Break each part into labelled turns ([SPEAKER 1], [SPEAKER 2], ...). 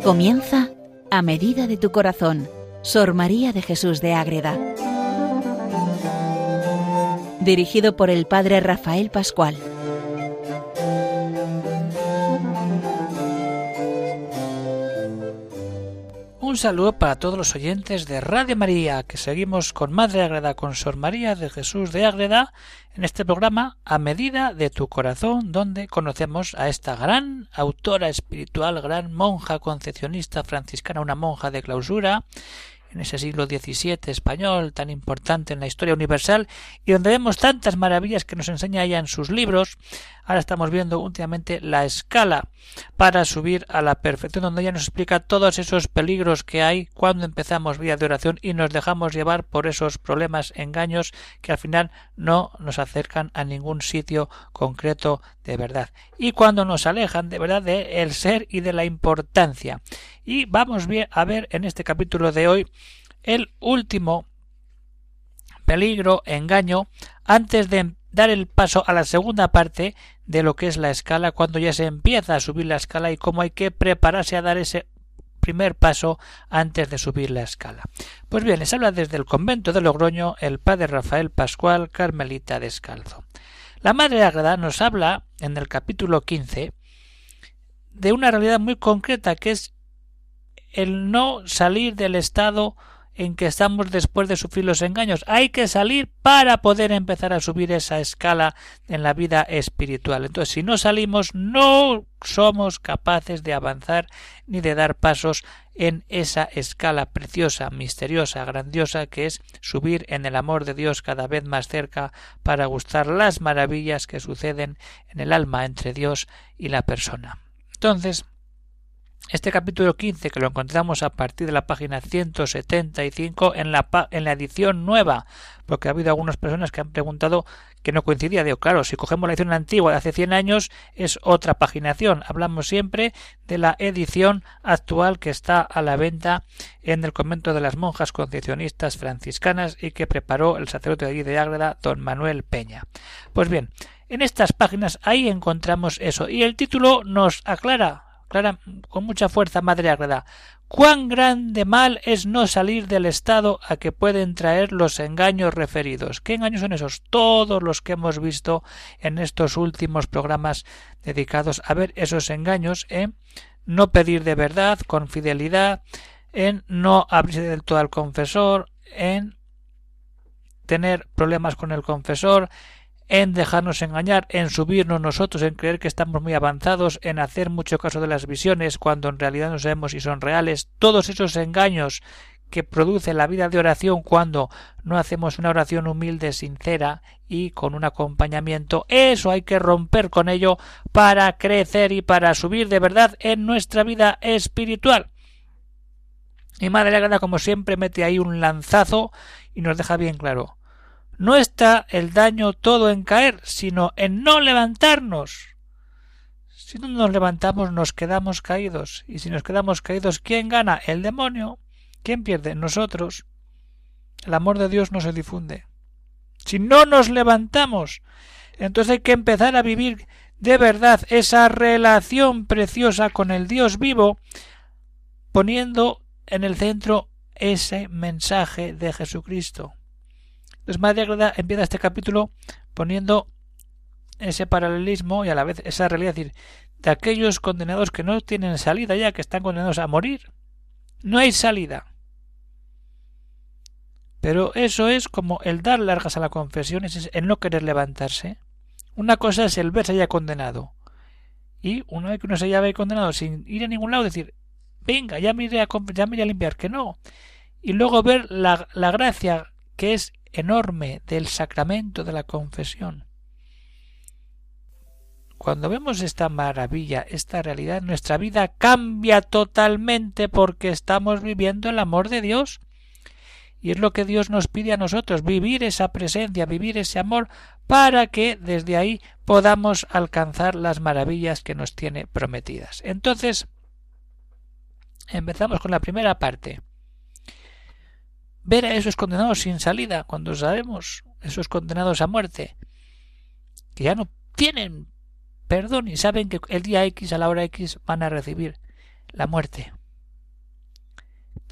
[SPEAKER 1] Comienza A Medida de tu Corazón, Sor María de Jesús de Ágreda. Dirigido por el Padre Rafael Pascual.
[SPEAKER 2] Un saludo para todos los oyentes de Radio María, que seguimos con Madre Ágreda, con Sor María de Jesús de Ágreda, en este programa A Medida de tu Corazón, donde conocemos a esta gran autora espiritual, gran monja concepcionista franciscana, una monja de clausura, en ese siglo XVII español, tan importante en la historia universal, y donde vemos tantas maravillas que nos enseña ella en sus libros. Ahora estamos viendo últimamente la escala para subir a la perfección, donde ella nos explica todos esos peligros que hay cuando empezamos vida de oración y nos dejamos llevar por esos problemas, engaños, que al final no nos acercan a ningún sitio concreto de verdad, y cuando nos alejan de verdad del ser y de la importancia. Y vamos a ver en este capítulo de hoy el último peligro, engaño, antes de dar el paso a la segunda parte de lo que es la escala, cuando ya se empieza a subir la escala y cómo hay que prepararse a dar ese primer paso antes de subir la escala. Pues bien, les habla desde el convento de Logroño el Padre Rafael Pascual, carmelita descalzo. La Madre Ágreda nos habla en el capítulo 15 de una realidad muy concreta, que es el no salir del estado en que estamos después de sufrir los engaños. Hay que salir para poder empezar a subir esa escala en la vida espiritual. Entonces, si no salimos, no somos capaces de avanzar ni de dar pasos en esa escala preciosa, misteriosa, grandiosa, que es subir en el amor de Dios cada vez más cerca para gustar las maravillas que suceden en el alma entre Dios y la persona. Entonces, este capítulo 15, que lo encontramos a partir de la página 175 en la edición nueva, porque ha habido algunas personas que han preguntado que no coincidía. Digo, claro, si cogemos la edición antigua de hace 100 años es otra paginación. Hablamos siempre de la edición actual que está a la venta en el convento de las monjas concepcionistas franciscanas y que preparó el sacerdote de allí de Ágreda, don Manuel Peña. Pues bien, en estas páginas ahí encontramos eso, y el título nos aclara con mucha fuerza, Madre Ágreda: cuán grande mal es no salir del estado a que pueden traer los engaños referidos. ¿Qué engaños son esos? Todos los que hemos visto en estos últimos programas dedicados a ver esos engaños, en no pedir de verdad, con fidelidad, en no abrirse del todo al confesor, en tener problemas con el confesor, en dejarnos engañar, en subirnos nosotros, en creer que estamos muy avanzados, en hacer mucho caso de las visiones cuando en realidad no sabemos si son reales. Todos esos engaños que produce la vida de oración cuando no hacemos una oración humilde, sincera y con un acompañamiento, eso hay que romper con ello para crecer y para subir de verdad en nuestra vida espiritual. Y Madre Ágreda, como siempre, mete ahí un lanzazo y nos deja bien claro: no está el daño todo en caer, sino en no levantarnos. Si no nos levantamos, nos quedamos caídos. Y si nos quedamos caídos, ¿quién gana? El demonio. ¿Quién pierde? Nosotros. El amor de Dios no se difunde. Si no nos levantamos, entonces hay que empezar a vivir de verdad esa relación preciosa con el Dios vivo, poniendo en el centro ese mensaje de Jesucristo. Entonces Madre Ágreda empieza este capítulo poniendo ese paralelismo y a la vez esa realidad, es decir, de aquellos condenados que no tienen salida ya, que están condenados a morir. No hay salida. Pero eso es como el dar largas a la confesión, es el no querer levantarse. Una cosa es el verse ya condenado. Y una vez que uno se ya ve condenado sin ir a ningún lado, decir, venga, ya me iré a limpiar, que no. Y luego ver la gracia que es enorme del sacramento de la confesión. Cuando vemos esta maravilla, esta realidad, nuestra vida cambia totalmente porque estamos viviendo el amor de Dios. Y es lo que Dios nos pide a nosotros, vivir esa presencia, vivir ese amor, para que desde ahí podamos alcanzar las maravillas que nos tiene prometidas. Entonces, empezamos con la primera parte. Ver a esos condenados sin salida, cuando sabemos, esos condenados a muerte, que ya no tienen perdón y saben que el día X, a la hora X, van a recibir la muerte.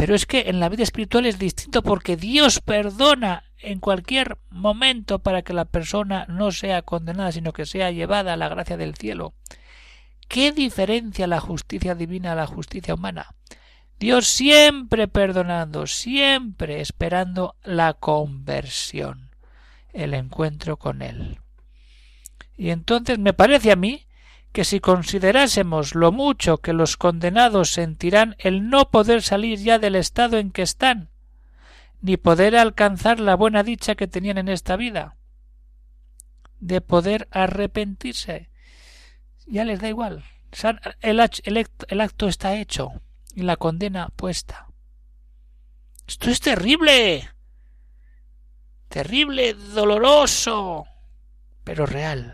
[SPEAKER 2] Pero es que en la vida espiritual es distinto, porque Dios perdona en cualquier momento para que la persona no sea condenada, sino que sea llevada a la gracia del cielo. ¿Qué diferencia la justicia divina a la justicia humana? Dios siempre perdonando, siempre esperando la conversión, el encuentro con Él. Y entonces me parece a mí que si considerásemos lo mucho que los condenados sentirán el no poder salir ya del estado en que están, ni poder alcanzar la buena dicha que tenían en esta vida, de poder arrepentirse, ya les da igual. El acto está hecho y la condena puesta. Esto es terrible, terrible, doloroso, pero real.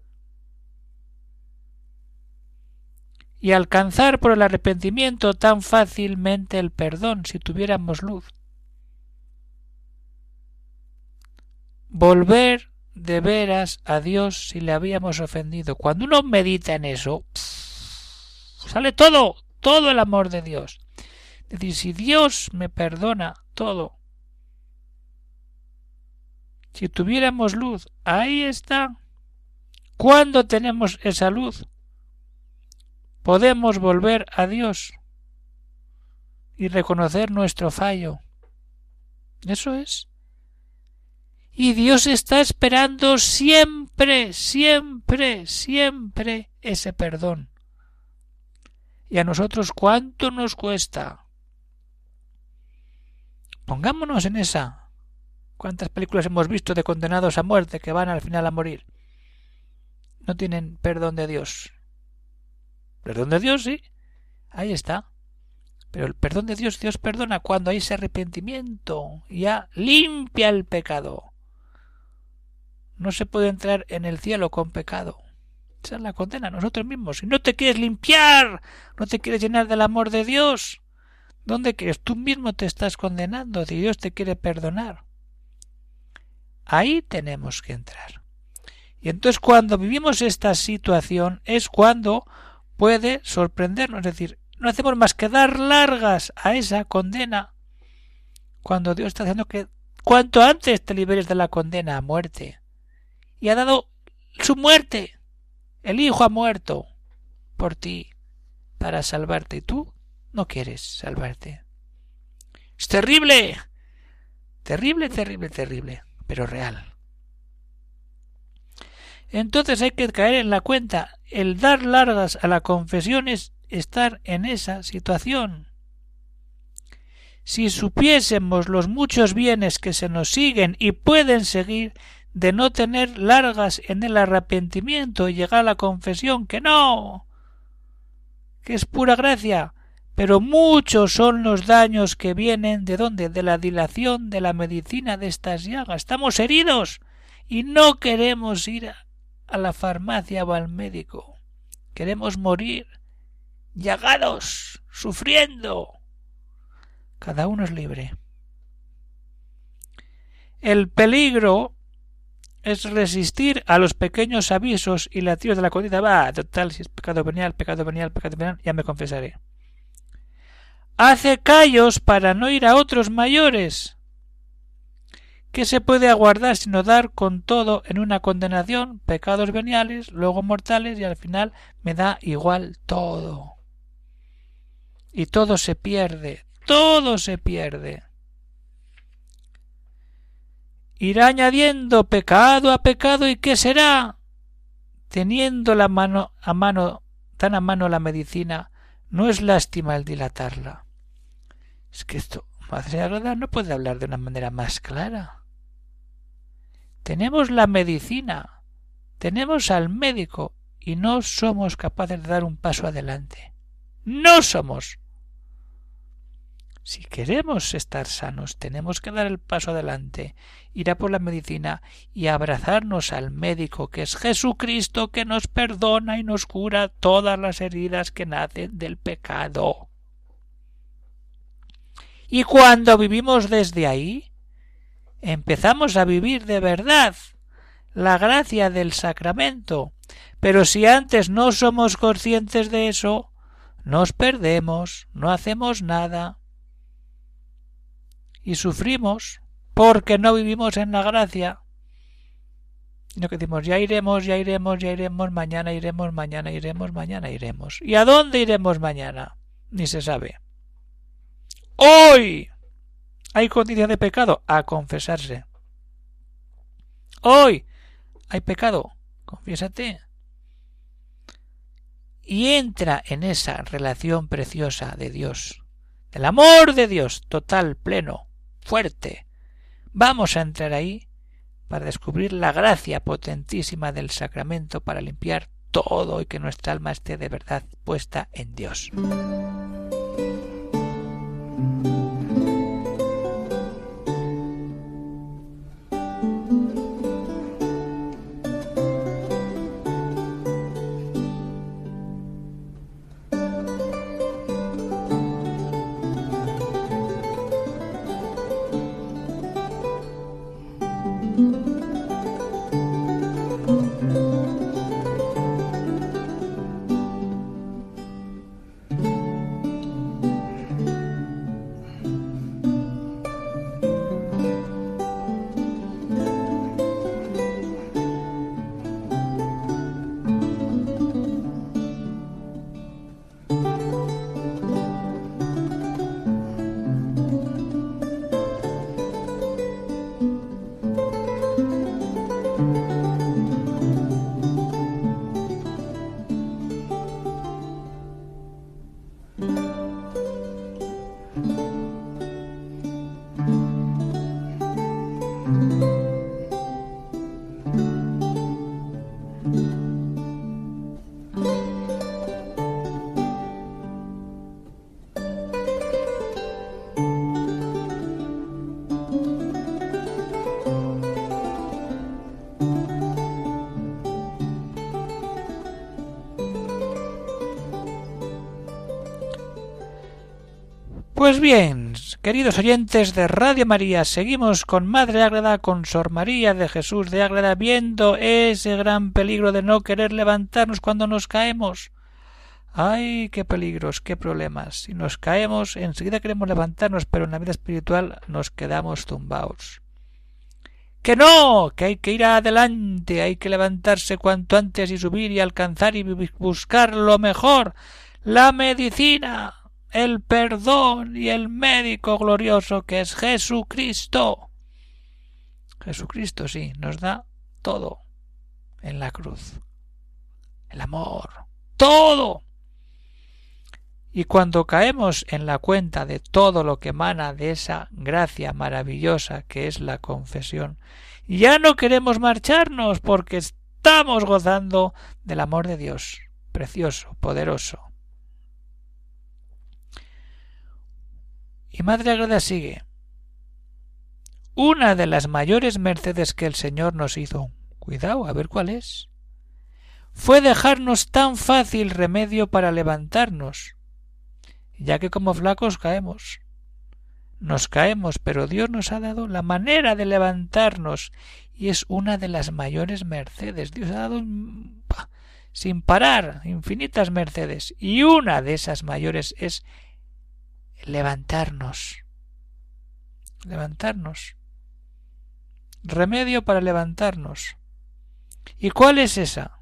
[SPEAKER 2] Y alcanzar por el arrepentimiento tan fácilmente el perdón si tuviéramos luz. Volver de veras a Dios si le habíamos ofendido. Cuando uno medita en eso, sale todo el amor de Dios. Es decir, si Dios me perdona todo, si tuviéramos luz, ahí está. ¿Cuándo tenemos esa luz? Podemos volver a Dios y reconocer nuestro fallo. Eso es. Y Dios está esperando siempre, siempre, siempre ese perdón. ¿Y a nosotros cuánto nos cuesta? Pongámonos en esa. ¿Cuántas películas hemos visto de condenados a muerte que van al final a morir? No tienen perdón de Dios. Perdón de Dios, sí, ahí está. Pero el perdón de Dios, Dios perdona cuando hay ese arrepentimiento, ya limpia el pecado. No se puede entrar en el cielo con pecado. Esa es la condena, nosotros mismos. Si no te quieres limpiar, no te quieres llenar del amor de Dios, ¿dónde quieres? Tú mismo te estás condenando, si Dios te quiere perdonar. Ahí tenemos que entrar. Y entonces cuando vivimos esta situación es cuando puede sorprendernos, es decir, no hacemos más que dar largas a esa condena cuando Dios está haciendo que cuanto antes te liberes de la condena a muerte. Y ha dado su muerte. El Hijo ha muerto por ti para salvarte y tú no quieres salvarte. Es terrible, terrible, terrible, terrible, pero real. Entonces hay que caer en la cuenta. El dar largas a la confesión es estar en esa situación. Si supiésemos los muchos bienes que se nos siguen y pueden seguir de no tener largas en el arrepentimiento y llegar a la confesión, que no, que es pura gracia, pero muchos son los daños que vienen ¿de dónde? De la dilación de la medicina de estas llagas. Estamos heridos y no queremos ir a la farmacia o al médico. Queremos morir llagados, sufriendo. Cada uno es libre. El peligro es resistir a los pequeños avisos y latidos de la conciencia. Va, total, si es pecado venial, ya me confesaré. Hace callos para no ir a otros mayores. ¿Qué se puede aguardar sino dar con todo en una condenación, pecados veniales, luego mortales y al final me da igual todo? Y todo se pierde, todo se pierde. Irá añadiendo pecado a pecado y ¿qué será? Teniendo la mano a mano, tan a mano la medicina, no es lástima el dilatarla. Es que esto, Madre Agreda no puede hablar de una manera más clara. Tenemos la medicina, tenemos al médico y no somos capaces de dar un paso adelante. No somos. Si queremos estar sanos, tenemos que dar el paso adelante, ir a por la medicina y abrazarnos al médico, que es Jesucristo, que nos perdona y nos cura todas las heridas que nacen del pecado. Y cuando vivimos desde ahí, empezamos a vivir de verdad la gracia del sacramento. Pero si antes no somos conscientes de eso, nos perdemos, no hacemos nada. y sufrimos porque no vivimos en la gracia. Lo que decimos, ya iremos, mañana iremos. ¿Y a dónde iremos mañana? Ni se sabe. Hoy hay condición de pecado, a confesarse. Hoy hay pecado, confiésate. Y entra en esa relación preciosa de Dios, del amor de Dios, total, pleno, fuerte. Vamos a entrar ahí para descubrir la gracia potentísima del sacramento para limpiar todo y que nuestra alma esté de verdad puesta en Dios. Pues bien, queridos oyentes de Radio María, seguimos con Madre Ágreda, con Sor María de Jesús de Ágreda, viendo ese gran peligro de no querer levantarnos cuando nos caemos. ¡Ay, qué peligros, qué problemas! Si nos caemos, enseguida queremos levantarnos, pero en la vida espiritual nos quedamos tumbados. ¡Que no! ¡Que hay que ir adelante! Hay que levantarse cuanto antes y subir y alcanzar y buscar lo mejor, la medicina, el perdón y el médico glorioso que es Jesucristo. Jesucristo, sí, nos da todo en la cruz. El amor, todo. Y cuando caemos en la cuenta de todo lo que emana de esa gracia maravillosa que es la confesión, ya no queremos marcharnos porque estamos gozando del amor de Dios, precioso, poderoso. Y Madre Ágreda sigue. Una de las mayores mercedes que el Señor nos hizo, cuidado, a ver cuál es, fue dejarnos tan fácil remedio para levantarnos, ya que como flacos caemos. Nos caemos, pero Dios nos ha dado la manera de levantarnos, y es una de las mayores mercedes. Dios ha dado sin parar infinitas mercedes, y una de esas mayores es levantarnos. Remedio para levantarnos. ¿Y cuál es esa?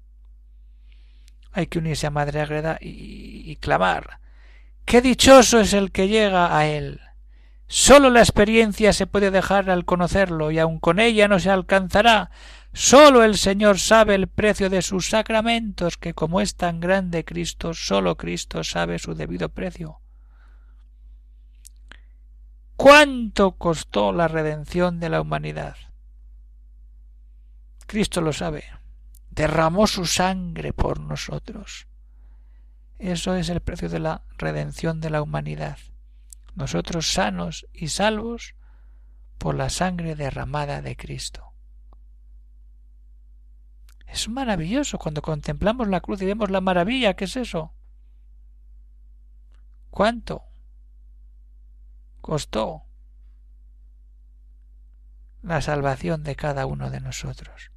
[SPEAKER 2] Hay que unirse a Madre Ágreda y clamar. ¡Qué dichoso es el que llega a él! Sólo la experiencia se puede dejar al conocerlo, y aun con ella no se alcanzará. Sólo el Señor sabe el precio de sus sacramentos, que como es tan grande Cristo, sólo Cristo sabe su debido precio. ¿Cuánto costó la redención de la humanidad? Cristo lo sabe. Derramó su sangre por nosotros. Eso es el precio de la redención de la humanidad. Nosotros sanos y salvos por la sangre derramada de Cristo. Es maravilloso cuando contemplamos la cruz y vemos la maravilla. ¿Qué es eso? ¿Cuánto costó la salvación de cada uno de nosotros?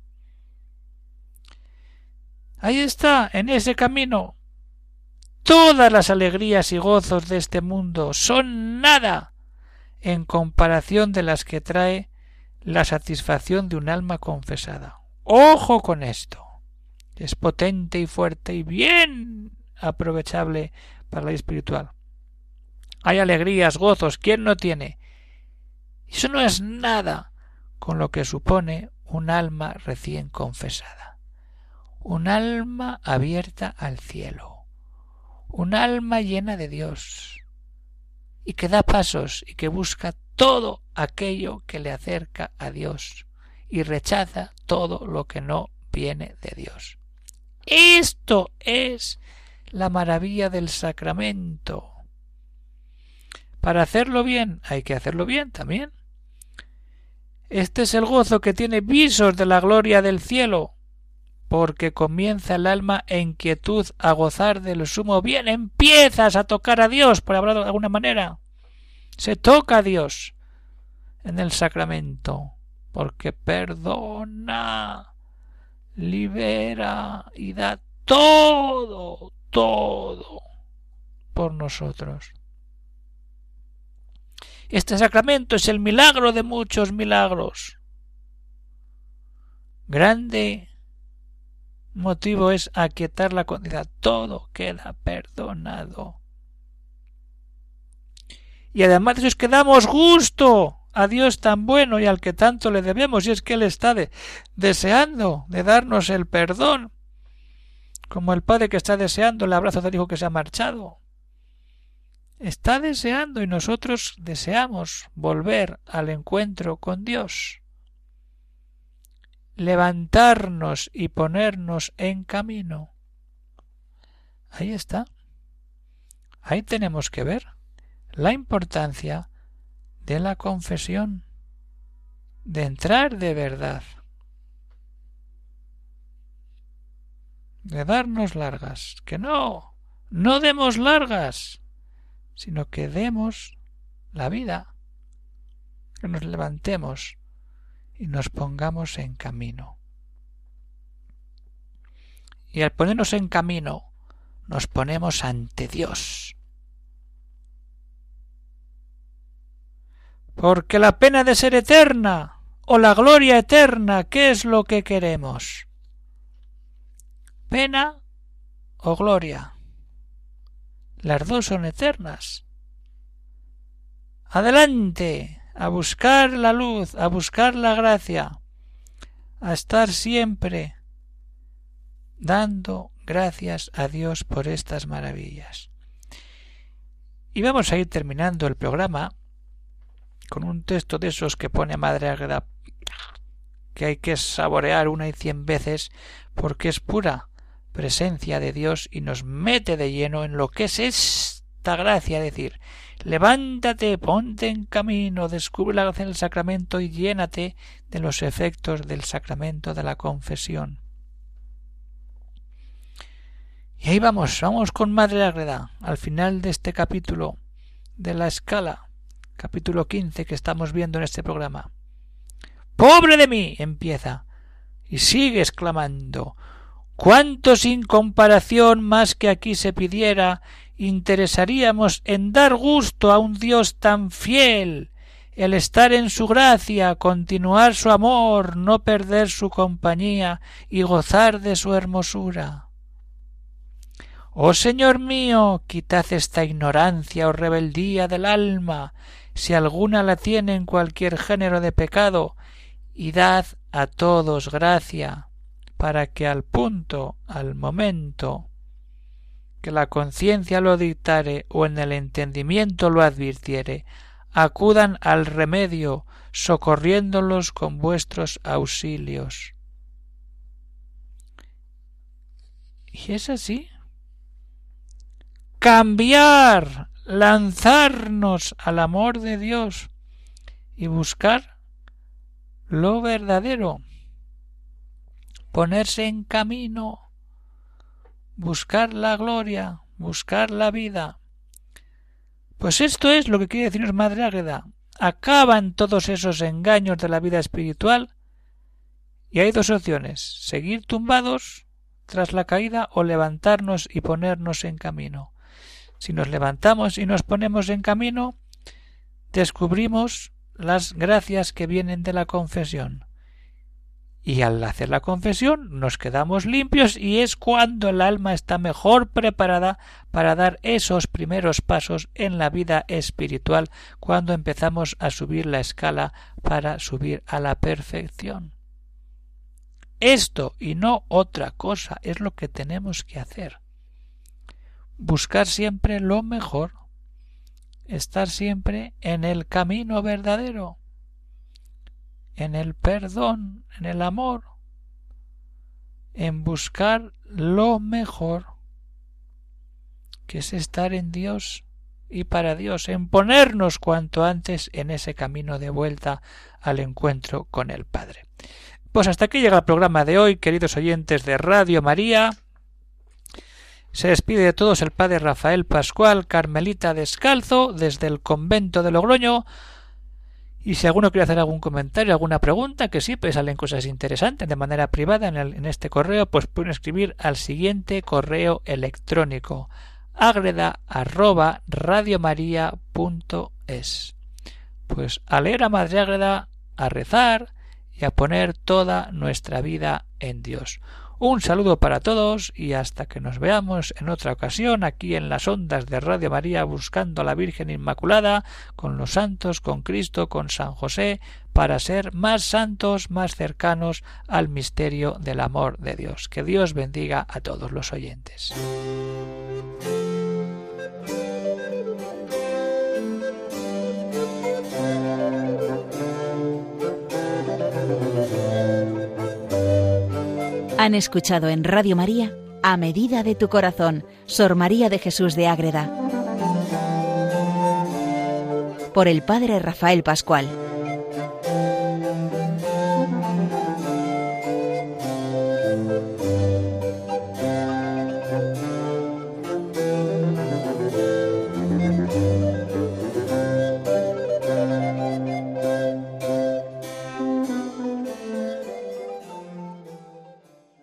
[SPEAKER 2] Ahí está, en ese camino. Todas las alegrías y gozos de este mundo son nada en comparación de las que trae la satisfacción de un alma confesada. ¡Ojo con esto! Es potente y fuerte y bien aprovechable para la vida espiritual. Hay alegrías, gozos, ¿quién no tiene? Eso no es nada con lo que supone un alma recién confesada. Un alma abierta al cielo. Un alma llena de Dios. Y que da pasos y que busca todo aquello que le acerca a Dios y rechaza todo lo que no viene de Dios. Esto es la maravilla del sacramento. Para hacerlo bien hay que hacerlo bien también. Este es el gozo que tiene visos de la gloria del cielo, porque comienza el alma en quietud a gozar del sumo bien. Empiezas a tocar a Dios, por hablar de alguna manera. Se toca a Dios en el sacramento, porque perdona, libera y da todo por nosotros. Este sacramento es el milagro de muchos milagros. Grande motivo es aquietar la conciencia. Todo queda perdonado. Y además de eso es que damos gusto a Dios tan bueno y al que tanto le debemos, y es que Él está deseando de darnos el perdón, como el padre que está deseando el abrazo del hijo que se ha marchado. Está deseando y nosotros deseamos volver al encuentro con Dios, levantarnos y ponernos en camino. Ahí está. Ahí tenemos que ver la importancia de la confesión, de entrar de verdad, de darnos largas, que no demos largas, sino que demos la vida, que nos levantemos y nos pongamos en camino. Y al ponernos en camino, nos ponemos ante Dios. Porque la pena de ser eterna o la gloria eterna, ¿qué es lo que queremos? ¿Pena o gloria? Las dos son eternas. Adelante, a buscar la luz, a buscar la gracia, a estar siempre dando gracias a Dios por estas maravillas. Y vamos a ir terminando el programa con un texto de esos que pone Madre Ágreda, que hay que saborear 1 y 100 veces, porque es pura presencia de Dios y nos mete de lleno en lo que es esta gracia, es decir, levántate, ponte en camino, descubre la gracia del sacramento y llénate de los efectos del sacramento de la confesión. Y ahí vamos con Madre Ágreda, al final de este capítulo de la escala, capítulo 15 que estamos viendo en este programa. ¡Pobre de mí!, empieza, y sigue exclamando, cuánto sin comparación más que aquí se pidiera, interesaríamos en dar gusto a un Dios tan fiel, el estar en su gracia, continuar su amor, no perder su compañía y gozar de su hermosura. Oh Señor mío, quitad esta ignorancia o rebeldía del alma, si alguna la tiene en cualquier género de pecado, y dad a todos gracia, para que al punto, al momento, que la conciencia lo dictare o en el entendimiento lo advirtiere, acudan al remedio, socorriéndolos con vuestros auxilios. Y es así. Cambiar, lanzarnos al amor de Dios y buscar lo verdadero, ponerse en camino, buscar la gloria, buscar la vida. Pues esto es lo que quiere decirnos Madre Ágreda. Acaban todos esos engaños de la vida espiritual y hay dos opciones: seguir tumbados tras la caída o levantarnos y ponernos en camino. Si nos levantamos y nos ponemos en camino, descubrimos las gracias que vienen de la confesión. Y al hacer la confesión nos quedamos limpios y es cuando el alma está mejor preparada para dar esos primeros pasos en la vida espiritual, cuando empezamos a subir la escala para subir a la perfección. Esto y no otra cosa es lo que tenemos que hacer. Buscar siempre lo mejor, estar siempre en el camino verdadero, en el perdón, en el amor, en buscar lo mejor, que es estar en Dios y para Dios, en ponernos cuanto antes en ese camino de vuelta al encuentro con el Padre. Pues hasta aquí llega el programa de hoy, queridos oyentes de Radio María. Se despide de todos el Padre Rafael Pascual, carmelita descalzo, desde el convento de Logroño. Y si alguno quiere hacer algún comentario, alguna pregunta, que siempre salen cosas interesantes de manera privada en este correo, pues pueden escribir al siguiente correo electrónico: agreda@radiomaria.es. Pues a leer a Madre Ágreda, a rezar y a poner toda nuestra vida en Dios. Un saludo para todos y hasta que nos veamos en otra ocasión aquí en las ondas de Radio María, buscando a la Virgen Inmaculada, con los santos, con Cristo, con San José, para ser más santos, más cercanos al misterio del amor de Dios. Que Dios bendiga a todos los oyentes.
[SPEAKER 1] Han escuchado en Radio María A Medida de tu Corazón, Sor María de Jesús de Ágreda, por el Padre Rafael Pascual.